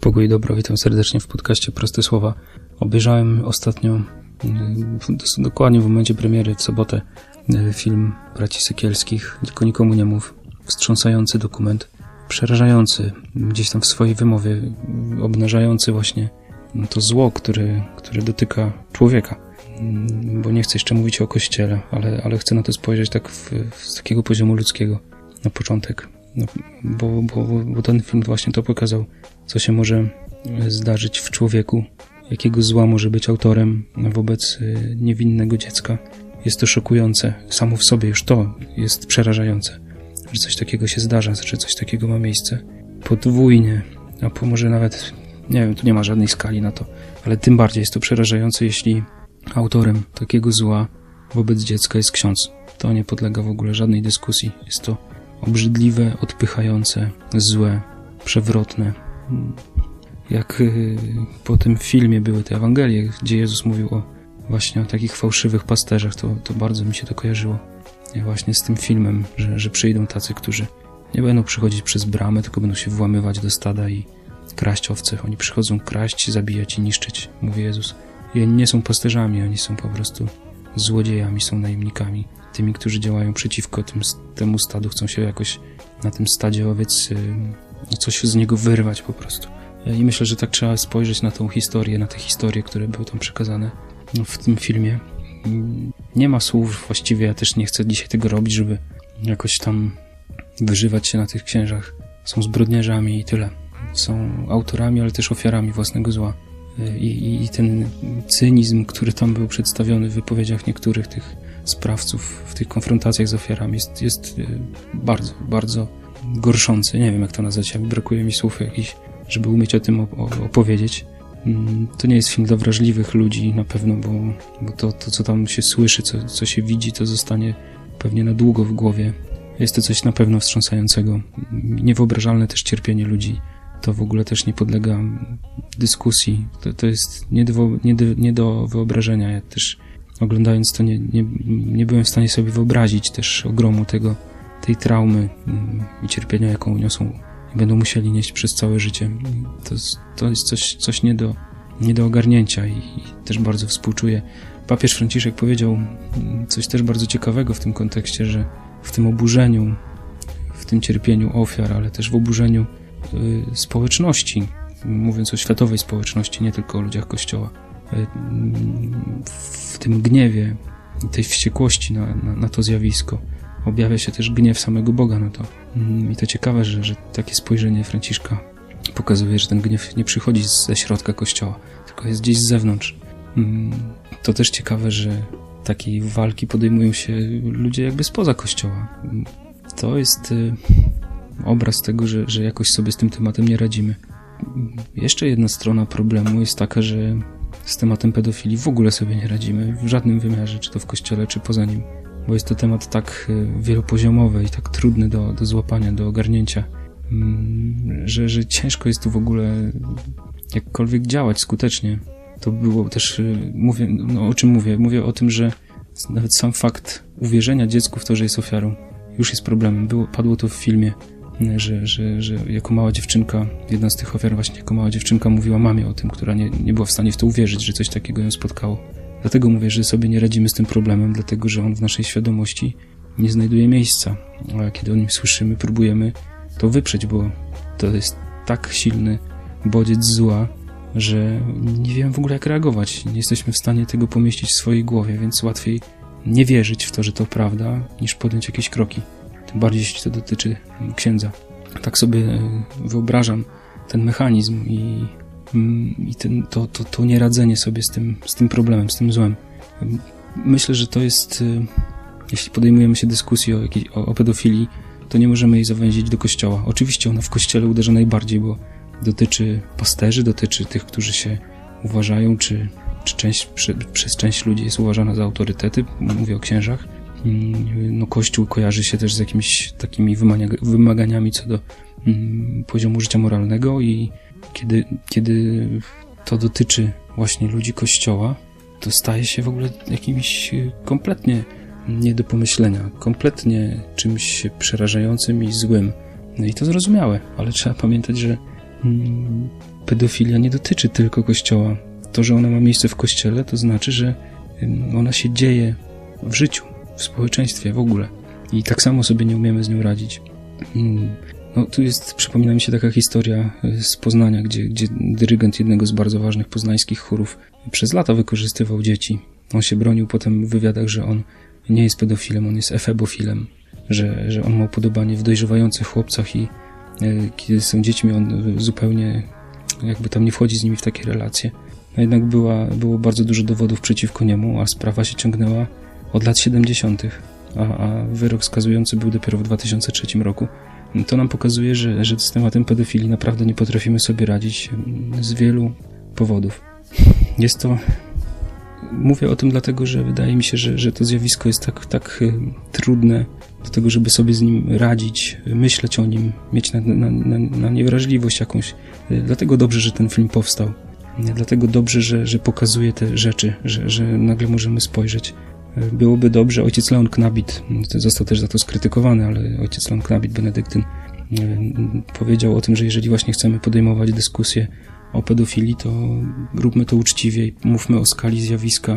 Pogój i dobro, witam serdecznie w podcaście Proste Słowa. Obejrzałem ostatnio, dokładnie w momencie premiery w sobotę, film braci Sekielskich, Tylko nikomu nie mów. Wstrząsający dokument, przerażający, gdzieś tam w swojej wymowie, obnażający właśnie to zło, które dotyka człowieka. Bo nie chcę jeszcze mówić o Kościele, ale chcę na to spojrzeć tak z takiego poziomu ludzkiego na początek. Bo ten film właśnie to pokazał, co się może zdarzyć w człowieku, jakiego zła może być autorem wobec niewinnego dziecka. Jest to szokujące. Samo w sobie już to jest przerażające, że coś takiego się zdarza, że coś takiego ma miejsce. Podwójnie, a może nawet, nie wiem, tu nie ma żadnej skali na to, ale tym bardziej jest to przerażające, jeśli autorem takiego zła wobec dziecka jest ksiądz. To nie podlega w ogóle żadnej dyskusji. Jest to obrzydliwe, odpychające, złe, przewrotne. Jak po tym filmie były te Ewangelie, gdzie Jezus mówił właśnie o takich fałszywych pasterzach, to bardzo mi się to kojarzyło. Właśnie z tym filmem, że przyjdą tacy, którzy nie będą przychodzić przez bramę, tylko będą się włamywać do stada i kraść owce. Oni przychodzą kraść, zabijać i niszczyć, mówi Jezus. I oni nie są pasterzami, oni są po prostu złodziejami, są najemnikami. Tymi, którzy działają przeciwko temu stadu, chcą się jakoś na tym stadzie owiec coś z niego wyrwać po prostu. I myślę, że tak trzeba spojrzeć na tą historię, na te historie, które były tam przekazane w tym filmie. Nie ma słów właściwie, ja też nie chcę dzisiaj tego robić, żeby jakoś tam wyżywać się na tych księżach. Są zbrodniarzami i tyle. Są autorami, ale też ofiarami własnego zła. I ten cynizm, który tam był przedstawiony w wypowiedziach niektórych tych sprawców w tych konfrontacjach z ofiarami jest bardzo, bardzo gorszący. Nie wiem, jak to nazwać, brakuje mi słów jakichś, żeby umieć o tym opowiedzieć. To nie jest film dla wrażliwych ludzi na pewno, bo to co tam się słyszy, co się widzi, to zostanie pewnie na długo w głowie. Jest to coś na pewno wstrząsającego. Niewyobrażalne też cierpienie ludzi. To w ogóle też nie podlega dyskusji. To jest nie do wyobrażenia. Ja też oglądając to nie byłem w stanie sobie wyobrazić też ogromu tej traumy i cierpienia, jaką niosą i będą musieli nieść przez całe życie. To jest coś nie do ogarnięcia i też bardzo współczuję. Papież Franciszek powiedział coś też bardzo ciekawego w tym kontekście, że w tym oburzeniu, w tym cierpieniu ofiar, ale też w oburzeniu społeczności, mówiąc o światowej społeczności, nie tylko o ludziach Kościoła, w tym gniewie, tej wściekłości na to zjawisko objawia się też gniew samego Boga na to. I to ciekawe, że takie spojrzenie Franciszka pokazuje, że ten gniew nie przychodzi ze środka Kościoła, tylko jest gdzieś z zewnątrz. To też ciekawe, że takiej walki podejmują się ludzie jakby spoza Kościoła. To jest obraz tego, że jakoś sobie z tym tematem nie radzimy. Jeszcze jedna strona problemu jest taka, że z tematem pedofilii w ogóle sobie nie radzimy w żadnym wymiarze, czy to w Kościele, czy poza nim, bo jest to temat tak wielopoziomowy i tak trudny do złapania, do ogarnięcia, że ciężko jest tu w ogóle jakkolwiek działać skutecznie. To było też, o czym mówię? Mówię o tym, że nawet sam fakt uwierzenia dziecku w to, że jest ofiarą, już jest problemem. Padło to w filmie, że jako mała dziewczynka, jedna z tych ofiar właśnie jako mała dziewczynka mówiła mamie o tym, która nie była w stanie w to uwierzyć, że coś takiego ją spotkało. Dlatego mówię, że sobie nie radzimy z tym problemem, dlatego że on w naszej świadomości nie znajduje miejsca. A kiedy o nim słyszymy, próbujemy to wyprzeć, bo to jest tak silny bodziec zła, że nie wiemy w ogóle jak reagować. Nie jesteśmy w stanie tego pomieścić w swojej głowie, więc łatwiej nie wierzyć w to, że to prawda, niż podjąć jakieś kroki. Tym bardziej, jeśli to dotyczy księdza. Tak sobie wyobrażam ten mechanizm i to nieradzenie sobie z tym problemem, z tym złem. Myślę, że to jest, jeśli podejmujemy się dyskusji o pedofilii, to nie możemy jej zawęzić do Kościoła. Oczywiście ona w Kościele uderza najbardziej, bo dotyczy pasterzy, dotyczy tych, którzy się uważają, czy przez część ludzi jest uważana za autorytety, mówię o księżach. Kościół kojarzy się też z jakimiś takimi wymaganiami co do poziomu życia moralnego i kiedy to dotyczy właśnie ludzi Kościoła, to staje się w ogóle jakimś kompletnie nie do pomyślenia, kompletnie czymś przerażającym i złym. No i to zrozumiałe, ale trzeba pamiętać, że pedofilia nie dotyczy tylko Kościoła. To, że ona ma miejsce w Kościele, to znaczy, że ona się dzieje w życiu, w społeczeństwie w ogóle. I tak samo sobie nie umiemy z nią radzić. No, tu przypomina mi się taka historia z Poznania, gdzie dyrygent jednego z bardzo ważnych poznańskich chórów przez lata wykorzystywał dzieci. On się bronił potem w wywiadach, że on nie jest pedofilem, on jest efebofilem, że on ma upodobanie w dojrzewających chłopcach i kiedy są dziećmi, on zupełnie jakby tam nie wchodzi z nimi w takie relacje. No jednak było bardzo dużo dowodów przeciwko niemu, a sprawa się ciągnęła od lat 70., a wyrok skazujący był dopiero w 2003 roku. To nam pokazuje, że z tematem pedofilii naprawdę nie potrafimy sobie radzić z wielu powodów. Mówię o tym dlatego, że wydaje mi się, że to zjawisko jest tak trudne do tego, żeby sobie z nim radzić, myśleć o nim, mieć na niewrażliwość jakąś. Dlatego dobrze, że ten film powstał. Dlatego dobrze, że pokazuje te rzeczy, że nagle możemy spojrzeć. Byłoby dobrze, ojciec Leon Knabit, został też za to skrytykowany, ale ojciec Leon Knabit, benedyktyn, powiedział o tym, że jeżeli właśnie chcemy podejmować dyskusję o pedofilii, to róbmy to uczciwie i mówmy o skali zjawiska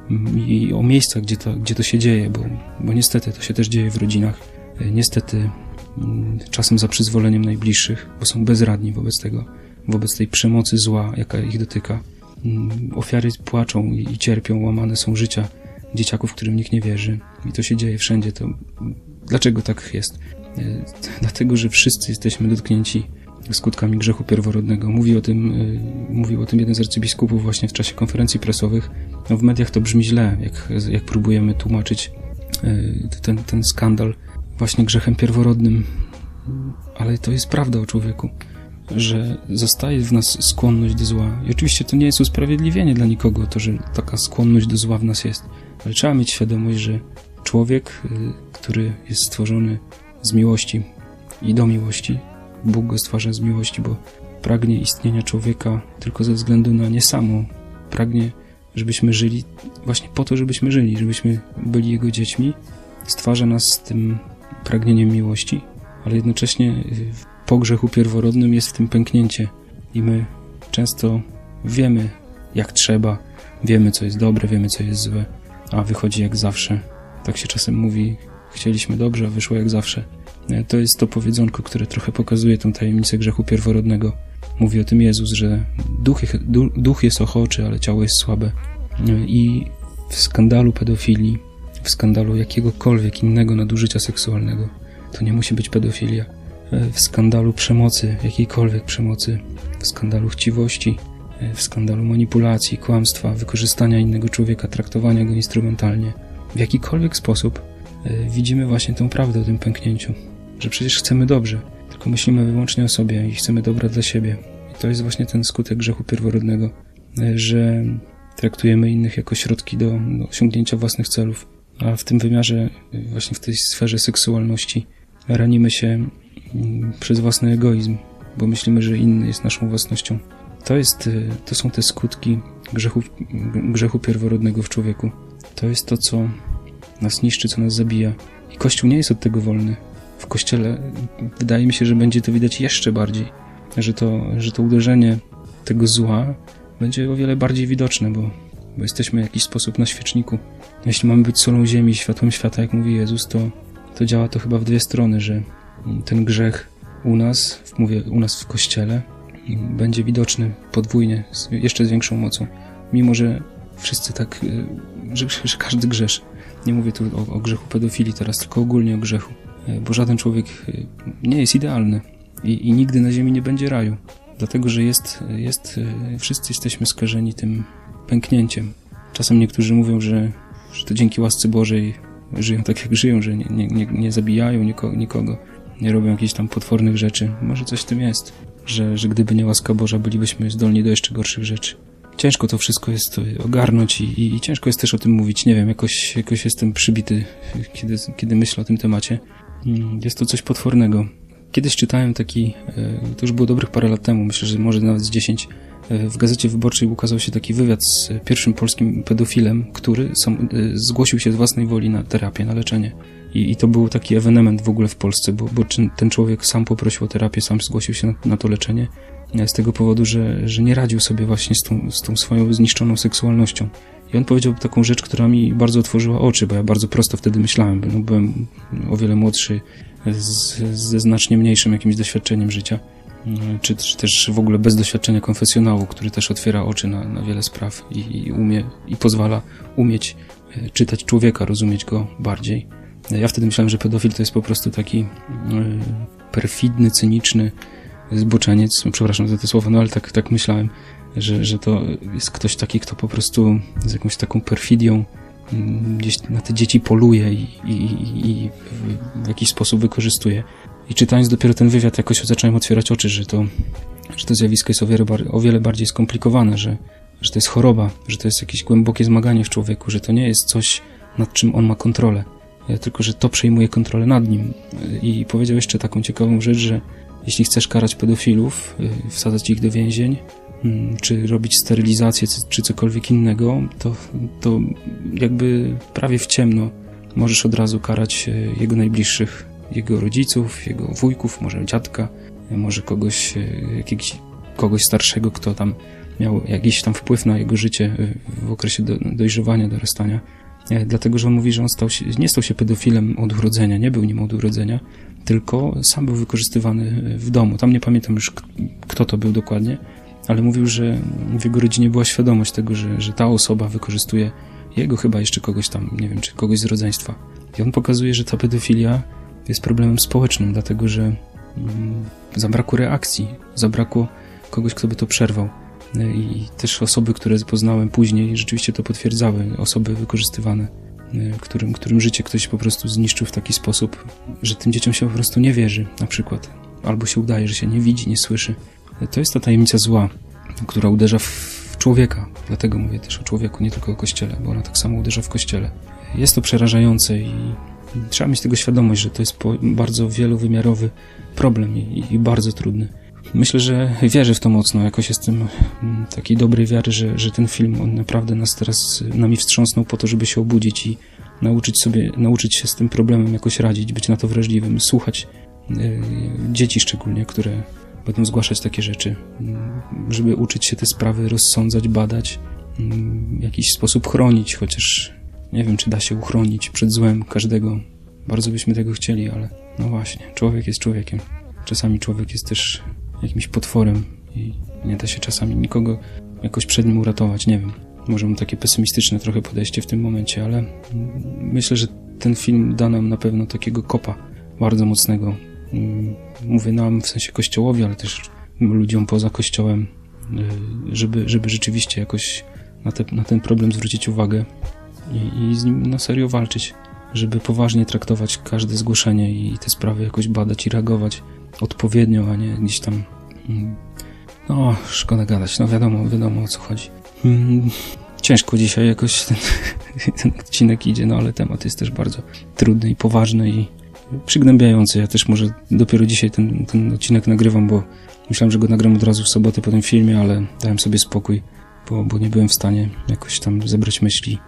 i o miejscach, gdzie to się dzieje, bo niestety to się też dzieje w rodzinach. Niestety czasem za przyzwoleniem najbliższych, bo są bezradni wobec tej przemocy zła, jaka ich dotyka. Ofiary płaczą i cierpią, łamane są życia dzieciaków, którym nikt nie wierzy. I to się dzieje wszędzie. Dlaczego tak jest? Dlatego, że wszyscy jesteśmy dotknięci skutkami grzechu pierworodnego. Mówił o tym jeden z arcybiskupów właśnie w czasie konferencji prasowych. No, w mediach to brzmi źle, jak próbujemy tłumaczyć ten skandal właśnie grzechem pierworodnym. Ale to jest prawda o człowieku, że zostaje w nas skłonność do zła. I oczywiście to nie jest usprawiedliwienie dla nikogo, to, że taka skłonność do zła w nas jest. Ale trzeba mieć świadomość, że człowiek, który jest stworzony z miłości i do miłości, Bóg go stwarza z miłości, bo pragnie istnienia człowieka tylko ze względu na nie samo. Pragnie, żebyśmy żyli właśnie po to, żebyśmy żyli, żebyśmy byli Jego dziećmi. Stwarza nas z tym pragnieniem miłości, ale jednocześnie po grzechu pierworodnym jest w tym pęknięcie i my często wiemy, jak trzeba, wiemy, co jest dobre, wiemy, co jest złe, a wychodzi jak zawsze. Tak się czasem mówi, chcieliśmy dobrze, a wyszło jak zawsze. To jest to powiedzonko, które trochę pokazuje tą tajemnicę grzechu pierworodnego. Mówi o tym Jezus, że duch jest ochoczy, ale ciało jest słabe. I w skandalu pedofilii, w skandalu jakiegokolwiek innego nadużycia seksualnego, to nie musi być pedofilia. W skandalu przemocy, jakiejkolwiek przemocy, w skandalu chciwości, w skandalu manipulacji, kłamstwa, wykorzystania innego człowieka, traktowania go instrumentalnie, w jakikolwiek sposób widzimy właśnie tę prawdę o tym pęknięciu, że przecież chcemy dobrze, tylko myślimy wyłącznie o sobie i chcemy dobra dla siebie. I to jest właśnie ten skutek grzechu pierworodnego, że traktujemy innych jako środki do osiągnięcia własnych celów, a w tym wymiarze, właśnie w tej sferze seksualności ranimy się przez własny egoizm, bo myślimy, że inny jest naszą własnością. To są te skutki grzechu pierworodnego w człowieku. To jest to, co nas niszczy, co nas zabija. I Kościół nie jest od tego wolny. W Kościele wydaje mi się, że będzie to widać jeszcze bardziej, że to uderzenie tego zła będzie o wiele bardziej widoczne, bo jesteśmy w jakiś sposób na świeczniku. Jeśli mamy być solą ziemi, światłem świata, jak mówi Jezus, to działa to chyba w dwie strony, że ten grzech u nas w Kościele, będzie widoczny podwójnie, jeszcze z większą mocą. Mimo, że wszyscy tak, że każdy grzesz. Nie mówię tu o grzechu pedofilii teraz, tylko ogólnie o grzechu. Bo żaden człowiek nie jest idealny i nigdy na ziemi nie będzie raju. Dlatego, że wszyscy jesteśmy skażeni tym pęknięciem. Czasem niektórzy mówią, że to dzięki łasce Bożej żyją tak, jak żyją, że nie zabijają nikogo, nie robią jakichś tam potwornych rzeczy. Może coś w tym jest, że gdyby nie łaska Boża, bylibyśmy zdolni do jeszcze gorszych rzeczy. Ciężko to wszystko jest ogarnąć i ciężko jest też o tym mówić. Nie wiem, jakoś jestem przybity, kiedy myślę o tym temacie. Jest to coś potwornego. Kiedyś czytałem to już było dobrych parę lat temu, myślę, że może nawet z 10, w Gazecie Wyborczej ukazał się taki wywiad z pierwszym polskim pedofilem, który zgłosił się z własnej woli na terapię, na leczenie. I to był taki ewenement w ogóle w Polsce, bo ten człowiek sam poprosił o terapię, sam zgłosił się na to leczenie z tego powodu, że nie radził sobie właśnie z tą swoją zniszczoną seksualnością. I on powiedział taką rzecz, która mi bardzo otworzyła oczy, bo ja bardzo prosto wtedy myślałem, no byłem o wiele młodszy, ze znacznie mniejszym jakimś doświadczeniem życia, czy też w ogóle bez doświadczenia konfesjonału, który też otwiera oczy na wiele spraw i pozwala umieć czytać człowieka, rozumieć go bardziej. Ja wtedy myślałem, że pedofil to jest po prostu taki perfidny, cyniczny zboczeniec, przepraszam za te słowa, no ale tak myślałem, że to jest ktoś taki, kto po prostu z jakąś taką perfidią gdzieś na te dzieci poluje i w jakiś sposób wykorzystuje. I czytając dopiero ten wywiad jakoś zacząłem otwierać oczy, że to zjawisko jest o wiele bardziej skomplikowane, że to jest choroba, że to jest jakieś głębokie zmaganie w człowieku, że to nie jest coś, nad czym on ma kontrolę, tylko że to przejmuje kontrolę nad nim. I powiedział jeszcze taką ciekawą rzecz, że jeśli chcesz karać pedofilów, wsadzać ich do więzień, czy robić sterylizację, czy cokolwiek innego, to jakby prawie w ciemno możesz od razu karać jego najbliższych, jego rodziców, jego wujków, może dziadka, może kogoś starszego, kto tam miał jakiś tam wpływ na jego życie w okresie dojrzewania, dorastania. Dlatego, że on mówi, że on nie stał się pedofilem od urodzenia, nie był nim od urodzenia, tylko sam był wykorzystywany w domu. Tam nie pamiętam już, kto to był dokładnie, ale mówił, że w jego rodzinie była świadomość tego, że ta osoba wykorzystuje jego, chyba jeszcze kogoś tam, nie wiem, czy kogoś z rodzeństwa. I on pokazuje, że ta pedofilia jest problemem społecznym, dlatego, że zabrakło reakcji, zabrakło kogoś, kto by to przerwał. I też osoby, które poznałem później, rzeczywiście to potwierdzały. Osoby wykorzystywane, którym życie ktoś po prostu zniszczył w taki sposób, że tym dzieciom się po prostu nie wierzy, na przykład. Albo się udaje, że się nie widzi, nie słyszy. To jest ta tajemnica zła, która uderza w człowieka. Dlatego mówię też o człowieku, nie tylko o Kościele, bo ona tak samo uderza w Kościele. Jest to przerażające i trzeba mieć tego świadomość, że to jest bardzo wielowymiarowy problem i bardzo trudny. Myślę, że wierzę w to mocno. Jakoś jestem takiej dobrej wiary, że ten film, on naprawdę nas teraz nami wstrząsnął po to, żeby się obudzić i nauczyć się z tym problemem jakoś radzić, być na to wrażliwym, słuchać dzieci szczególnie, które będą zgłaszać takie rzeczy, żeby uczyć się te sprawy rozsądzać, badać, w jakiś sposób chronić, chociaż nie wiem, czy da się uchronić przed złem każdego. Bardzo byśmy tego chcieli, ale no właśnie, człowiek jest człowiekiem. Czasami człowiek jest też jakimś potworem i nie da się czasami nikogo jakoś przed nim uratować, nie wiem. Może mam takie pesymistyczne trochę podejście w tym momencie, ale myślę, że ten film da nam na pewno takiego kopa bardzo mocnego. Mówię nam w sensie kościołowi, ale też ludziom poza kościołem, żeby rzeczywiście jakoś na ten problem zwrócić uwagę i z nim na serio walczyć, żeby poważnie traktować każde zgłoszenie i te sprawy jakoś badać i reagować odpowiednio, a nie gdzieś tam no, szkoda gadać, no wiadomo o co chodzi. Ciężko dzisiaj jakoś ten odcinek idzie, no ale temat jest też bardzo trudny i poważny i przygnębiający. Ja też może dopiero dzisiaj ten odcinek nagrywam, bo myślałem, że go nagram od razu w sobotę po tym filmie, ale dałem sobie spokój, bo nie byłem w stanie jakoś tam zebrać myśli.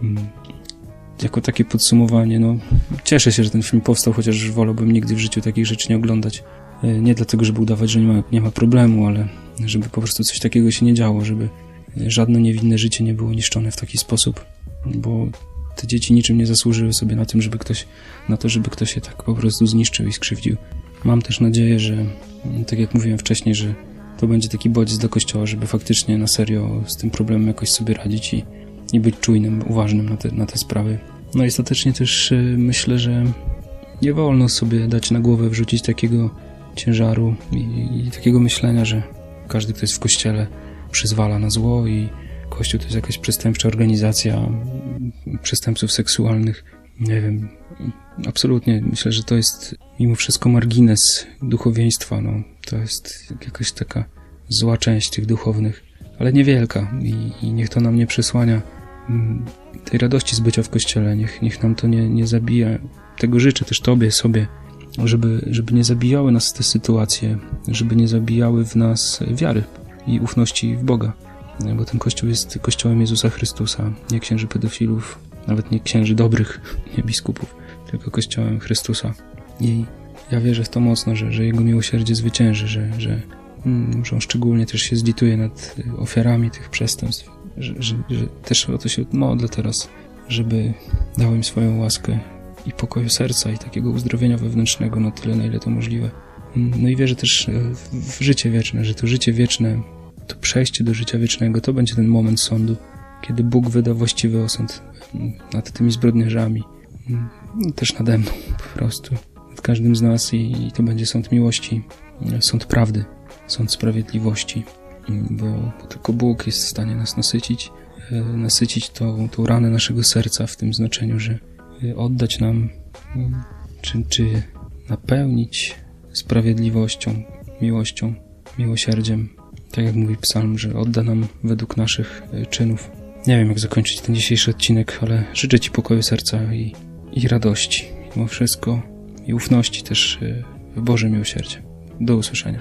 Jako takie podsumowanie, no cieszę się, że ten film powstał, chociaż wolałbym nigdy w życiu takich rzeczy nie oglądać. Nie dlatego, żeby udawać, że nie ma problemu, ale żeby po prostu coś takiego się nie działo, żeby żadne niewinne życie nie było niszczone w taki sposób, bo te dzieci niczym nie zasłużyły sobie na to, żeby ktoś je tak po prostu zniszczył i skrzywdził. Mam też nadzieję, że tak jak mówiłem wcześniej, że to będzie taki bodziec dla Kościoła, żeby faktycznie na serio z tym problemem jakoś sobie radzić i być czujnym, uważnym na te sprawy. No i ostatecznie też myślę, że nie wolno sobie dać na głowę wrzucić takiego ciężaru i takiego myślenia, że każdy, kto jest w Kościele, przyzwala na zło i Kościół to jest jakaś przestępcza organizacja przestępców seksualnych. Nie wiem, absolutnie myślę, że to jest mimo wszystko margines duchowieństwa. No, to jest jakaś taka zła część tych duchownych, ale niewielka i niech to nam nie przesłania tej radości z bycia w Kościele. Niech nam to nie zabija. Tego życzę też Tobie, sobie, żeby nie zabijały nas te sytuacje, żeby nie zabijały w nas wiary i ufności w Boga. Bo ten Kościół jest Kościołem Jezusa Chrystusa, nie księży pedofilów, nawet nie księży dobrych, nie biskupów, tylko Kościołem Chrystusa. I ja wierzę w to mocno, że Jego miłosierdzie zwycięży, że że on szczególnie też się zlituje nad ofiarami tych przestępstw, że też o to się modlę teraz, żeby dał im swoją łaskę i pokoju serca i takiego uzdrowienia wewnętrznego na tyle, na ile to możliwe. No i wierzę też w życie wieczne, że to życie wieczne, to przejście do życia wiecznego, to będzie ten moment sądu, kiedy Bóg wyda właściwy osąd nad tymi zbrodniarzami, też nade mną po prostu, nad każdym z nas i to będzie sąd miłości, sąd prawdy, sąd sprawiedliwości, bo tylko Bóg jest w stanie nas nasycić tą ranę naszego serca w tym znaczeniu, że oddać nam, czy napełnić sprawiedliwością, miłością, miłosierdziem. Tak jak mówi psalm, że odda nam według naszych czynów. Nie wiem, jak zakończyć ten dzisiejszy odcinek, ale życzę Ci pokoju serca i radości, mimo wszystko, i ufności też w Boże miłosierdzie. Do usłyszenia.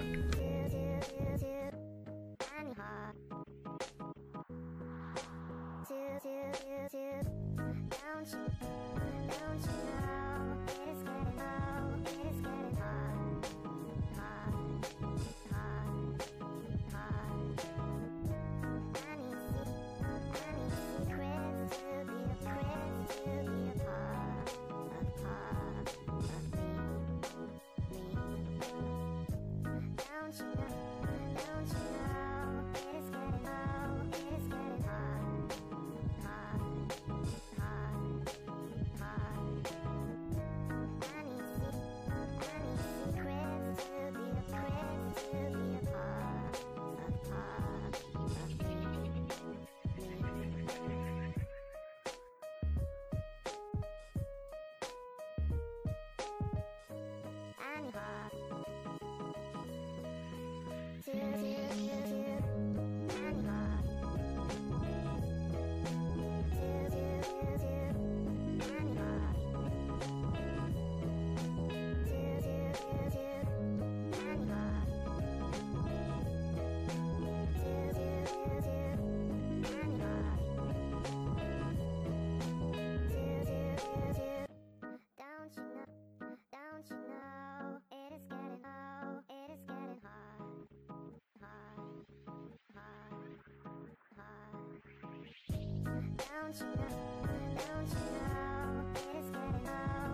Don't you know, it is getting old.